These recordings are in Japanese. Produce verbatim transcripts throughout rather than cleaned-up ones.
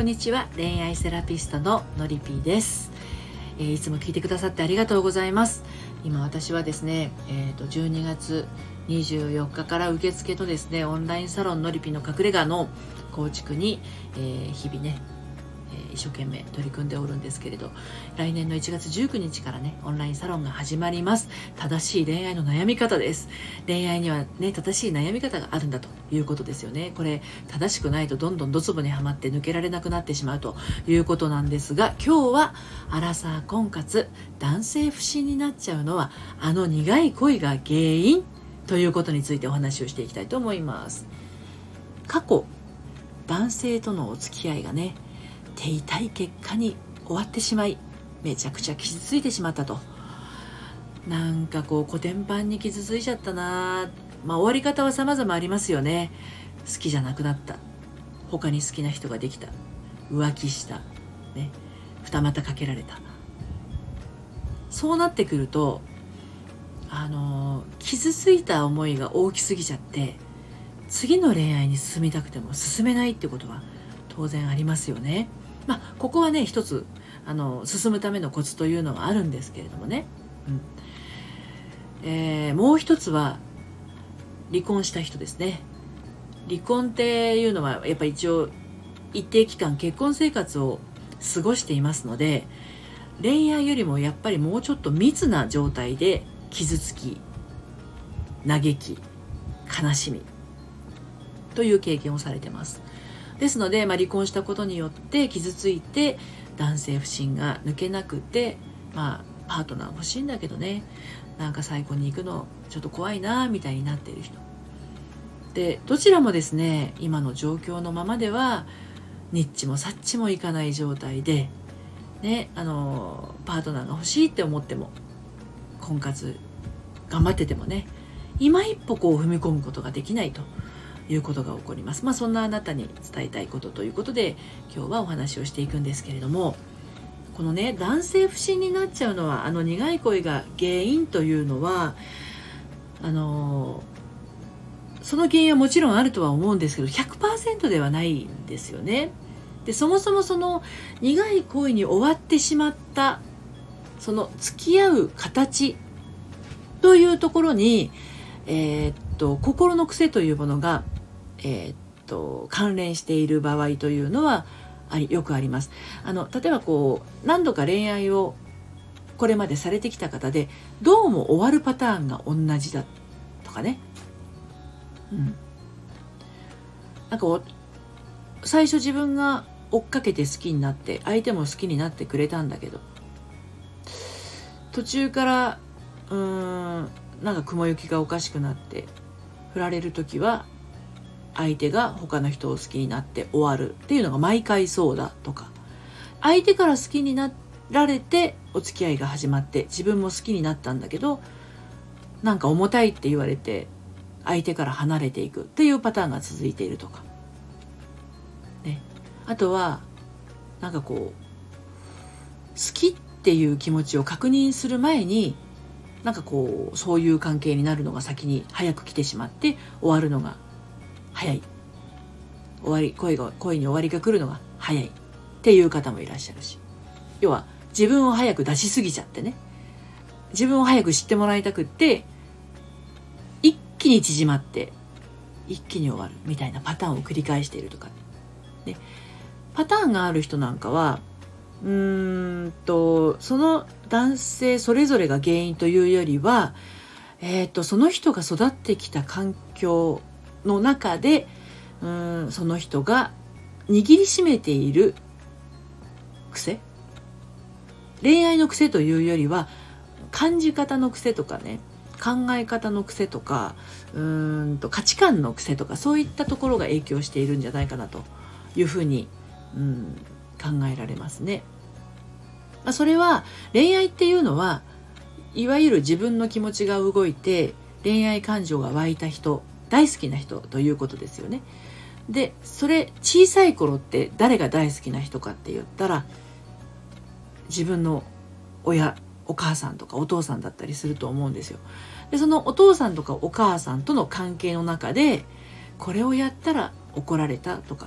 こんにちは。恋愛セラピストののりぴーです、えー、いつも聞いてくださってありがとうございます。今私はですね、えー、とじゅうにがつにじゅうよっかから受付とですね、オンラインサロンのりぴの隠れ家の構築に、えー、日々ね、えー、一生懸命取り組んでおるんですけれど、来年のいちがつじゅうくにちからね、オンラインサロンが始まります。正しい恋愛の悩み方です。恋愛にはね、正しい悩み方があるんだということですよね。これ正しくないとどんどんドツボにはまって抜けられなくなってしまうということなんですが、今日はアラサー婚活、男性不信になっちゃうのはあの苦い恋が原因ということについてお話をしていきたいと思います。過去男性とのお付き合いがね、手痛い結果に終わってしまい、めちゃくちゃ傷ついてしまったと、なんかこうコテンパンに傷ついちゃったな。まあ終わり方は様々ありますよね。好きじゃなくなった、他に好きな人ができた、浮気した、ね、二股かけられた。そうなってくると、あの傷ついた思いが大きすぎちゃって、次の恋愛に進みたくても進めないってことは当然ありますよね。まあここはね、一つあの進むためのコツというのがあるんですけれどもね、うんえー、もう一つは離婚した人ですね。離婚っていうのはやっぱり一応一定期間結婚生活を過ごしていますので、恋愛よりもやっぱりもうちょっと密な状態で傷つき、嘆き、悲しみという経験をされてます。ですので、まあ、離婚したことによって傷ついて男性不信が抜けなくて、まあパートナー欲しいんだけどね、なんか再婚に行くのちょっと怖いなみたいになっている人で、どちらもですね、今の状況のままではニッチもサッチもいかない状態でね、あのパートナーが欲しいって思っても、婚活頑張っててもね、今一歩こう踏み込むことができないということが起こります。まあそんなあなたに伝えたいことということで、今日はお話をしていくんですけれども、このね、男性不信になっちゃうのはあの苦い恋が原因というのは、あのその原因はもちろんあるとは思うんですけど ひゃくパーセント ではないんですよね。でそもそもその苦い恋に終わってしまったその付き合う形というところに、えー、っと心の癖というものが、えー、っと関連している場合というのはありよくあります。あの例えばこう何度か恋愛をこれまでされてきた方で、どうも終わるパターンが同じだとかね、うん、なんかお最初自分が追っかけて好きになって、相手も好きになってくれたんだけど、途中からうーんなんか雲行きがおかしくなって振られる時は相手が他の人を好きになって終わるっていうのが毎回そうだとか、相手から好きになられてお付き合いが始まって自分も好きになったんだけど、なんか重たいって言われて相手から離れていくっていうパターンが続いているとかね。あとはなんかこう好きっていう気持ちを確認する前に、なんかこうそういう関係になるのが先に早く来てしまって終わるのが早い、終わり恋が恋に終わりが来るのが早いっていう方もいらっしゃるし、要は自分を早く出しすぎちゃってね、自分を早く知ってもらいたくって一気に縮まって一気に終わるみたいなパターンを繰り返しているとかね。パターンがある人なんかはうーんとその男性それぞれが原因というよりは、えー、とその人が育ってきた環境の中でうーんその人が握りしめている癖、恋愛の癖というよりは感じ方の癖とかね、考え方の癖とかうーんと価値観の癖とか、そういったところが影響しているんじゃないかなというふうにうん考えられますね。まあ、それは恋愛っていうのはいわゆる自分の気持ちが動いて恋愛感情が湧いた人、大好きな人ということですよね。でそれ小さい頃って誰が大好きな人かって言ったら、自分の親、お母さんとかお父さんだったりすると思うんですよ。でそのお父さんとかお母さんとの関係の中で、これをやったら怒られたとか、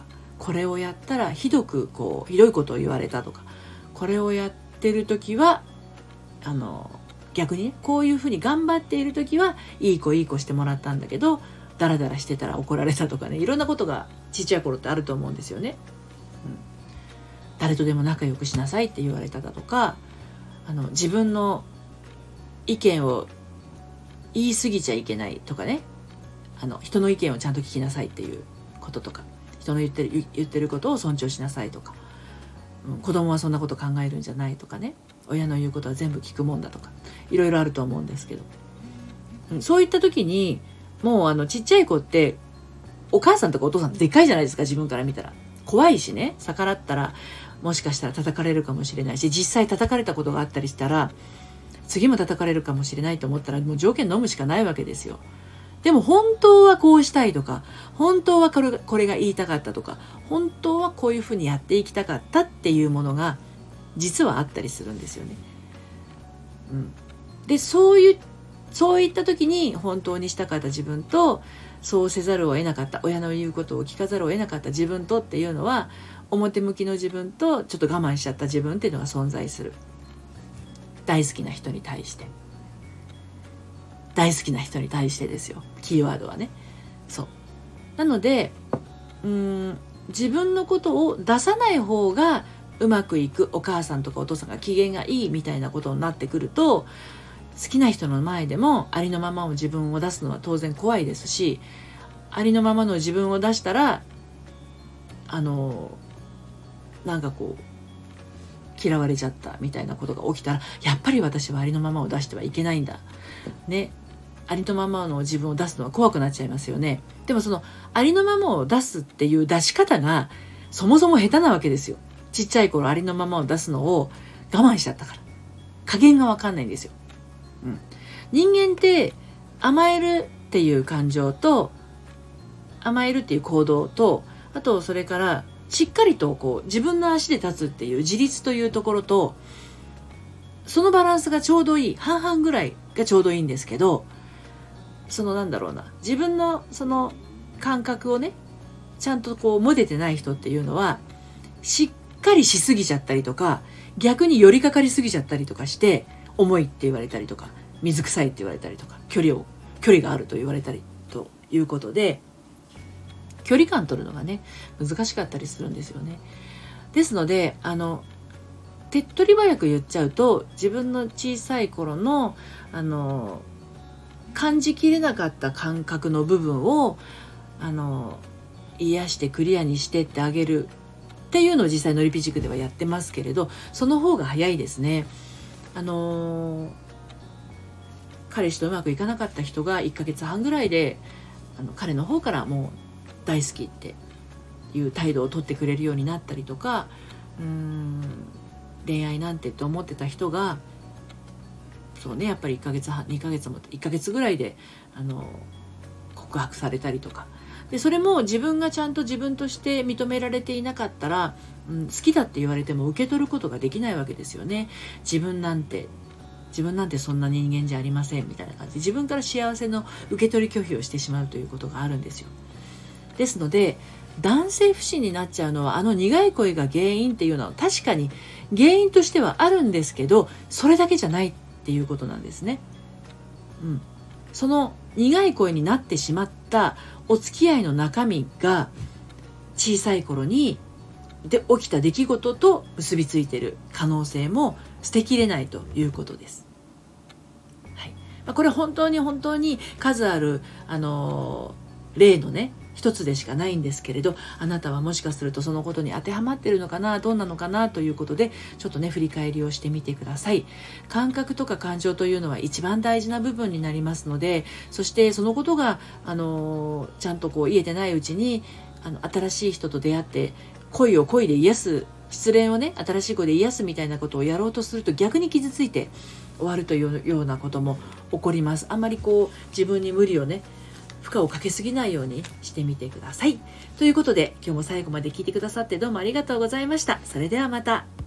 これをやったらひどくこうひどいことを言われたとか、これをやってる時はあの逆にね、こういうふうに頑張っている時はいい子いい子してもらったんだけど、ダラダラしてたら怒られたとかね、いろんなことがちっちゃい頃ってあると思うんですよね。うん、誰とでも仲良くしなさいって言われただとか、あの自分の意見を言い過ぎちゃいけないとかね、あの人の意見をちゃんと聞きなさいっていうこととか、人の言ってる言ってることを尊重しなさいとか、うん、子供はそんなこと考えるんじゃないとかね、親の言うことは全部聞くもんだとか、いろいろあると思うんですけど、うん、そういった時にもうあのちっちゃい子ってお母さんとかお父さんでかいじゃないですか、自分から見たら怖いしね、逆らったらもしかしたら叩かれるかもしれないし、実際叩かれたことがあったりしたら次も叩かれるかもしれないと思ったら、もう条件飲むしかないわけですよ。でも本当はこうしたいとか、本当はこれ、これが言いたかったとか、本当はこういうふうにやっていきたかったっていうものが実はあったりするんですよね。うん、でそういうそういった時に本当にしたかった自分と、そうせざるを得なかった親の言うことを聞かざるを得なかった自分とっていうのは、表向きの自分とちょっと我慢しちゃった自分っていうのが存在する。大好きな人に対して大好きな人に対してですよ、キーワードはね。そうなので、うーん自分のことを出さない方がうまくいく、お母さんとかお父さんが機嫌がいいみたいなことになってくると、好きな人の前でもありのままを自分を出すのは当然怖いですし、ありのままの自分を出したらあのなんかこう嫌われちゃったみたいなことが起きたら、やっぱり私はありのままを出してはいけないんだね。ありのままの自分を出すのは怖くなっちゃいますよね。でもそのありのままを出すっていう出し方がそもそも下手なわけですよ。ちっちゃい頃ありのままを出すのを我慢しちゃったから、加減が分かんないんですよ。うん、人間って甘えるっていう感情と、甘えるっていう行動と、あとそれからしっかりとこう自分の足で立つっていう自立というところと、そのバランスがちょうどいい、半々ぐらいがちょうどいいんですけど、そのなんだろうな、自分のその感覚をねちゃんとこう持ててない人っていうのは、しっかりしすぎちゃったりとか、逆に寄りかかりすぎちゃったりとかして、重いって言われたりとか、水臭いって言われたりとか、距離を距離があると言われたりということで、距離感取るのがね難しかったりするんですよね。ですので、あの手っ取り早く言っちゃうと、自分の小さい頃のあの感じきれなかった感覚の部分をあの癒してクリアにしてってあげるっていうのを実際のりぴ塾ではやってますけれど、その方が早いですね。あの彼氏とうまくいかなかった人がいっかげつはんぐらいで、あの彼の方からもう大好きっていう態度を取ってくれるようになったりとか、うーん恋愛なんてと思ってた人が、そうね、やっぱりいっかげつはんにかげつもいっかげつぐらいであの告白されたりとかで、それも自分がちゃんと自分として認められていなかったら、うん、好きだって言われても受け取ることができないわけですよね。自分なんて自分なんてそんな人間じゃありませんみたいな感じで、自分から幸せの受け取り拒否をしてしまうということがあるんですよ。ですので、男性不信になっちゃうのはあの苦い恋が原因っていうのは確かに原因としてはあるんですけど、それだけじゃないっていうことなんですね。うん、その苦い恋になってしまったお付き合いの中身が小さい頃にで起きた出来事と結びついている可能性も捨てきれないということです。はい、まあ、これ本当に本当に数あるあの例のね一つでしかないんですけれど、あなたはもしかするとそのことに当てはまっているのかな、どうなのかなということで、ちょっとね振り返りをしてみてください。感覚とか感情というのは一番大事な部分になりますので、そしてそのことがあのちゃんとこう言えてないうちにあの新しい人と出会って恋を恋で癒す、失恋をね新しい恋で癒すみたいなことをやろうとすると逆に傷ついて終わるというようなことも起こります。あんまりこう自分に無理をね負荷をかけすぎないようにしてみてください。ということで今日も最後まで聞いてくださってどうもありがとうございました。それではまた。